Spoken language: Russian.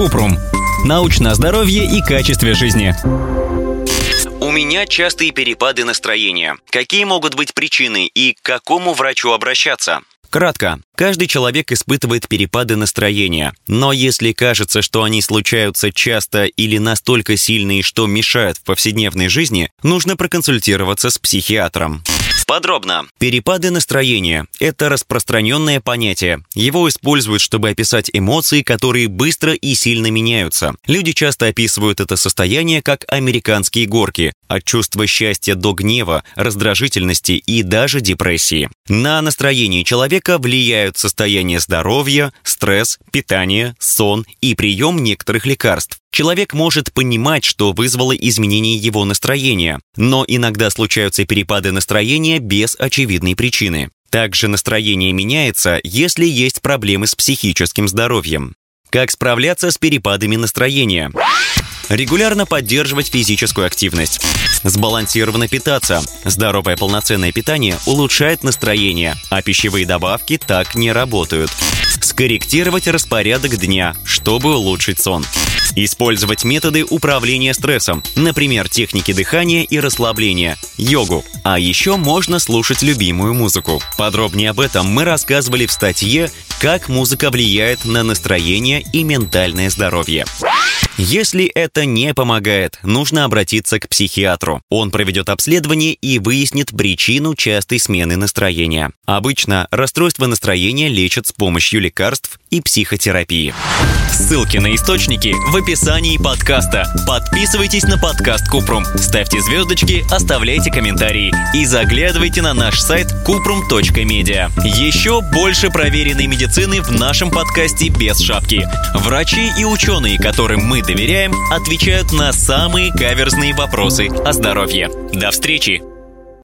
Купрум. Научное здоровье и качестве жизни. У меня частые перепады настроения. Какие могут быть причины и к какому врачу обращаться? Кратко. Каждый человек испытывает перепады настроения, но если кажется, что они случаются часто или настолько сильные, что мешают в повседневной жизни, нужно проконсультироваться с психиатром. Подробно. Перепады настроения – это распространенное понятие. Его используют, чтобы описать эмоции, которые быстро и сильно меняются. Люди часто описывают это состояние как американские горки, от чувства счастья до гнева, раздражительности и даже депрессии. На настроение человека влияют состояние здоровья, стресс, питание, сон и прием некоторых лекарств. Человек может понимать, что вызвало изменение его настроения, но иногда случаются перепады настроения без очевидной причины. Также настроение меняется, если есть проблемы с психическим здоровьем. Как справляться с перепадами настроения? Регулярно поддерживать физическую активность. Сбалансированно питаться. Здоровое полноценное питание улучшает настроение, а пищевые добавки так не работают. Скорректировать распорядок дня, чтобы улучшить сон. Использовать методы управления стрессом, например, техники дыхания и расслабления, йогу. А еще можно слушать любимую музыку. Подробнее об этом мы рассказывали в статье «Как музыка влияет на настроение и ментальное здоровье». Если это не помогает, нужно обратиться к психиатру. Он проведет обследование и выяснит причину частой смены настроения. Обычно расстройство настроения лечат с помощью лекарств и психотерапии. Ссылки на источники в описании подкаста. Подписывайтесь на подкаст Купрум, ставьте звездочки, оставляйте комментарии и заглядывайте на наш сайт kuprum.media. Еще больше проверенной медицины в нашем подкасте без шапки. Врачи и ученые, которым мы доверяем, отвечают на самые каверзные вопросы о здоровье. До встречи!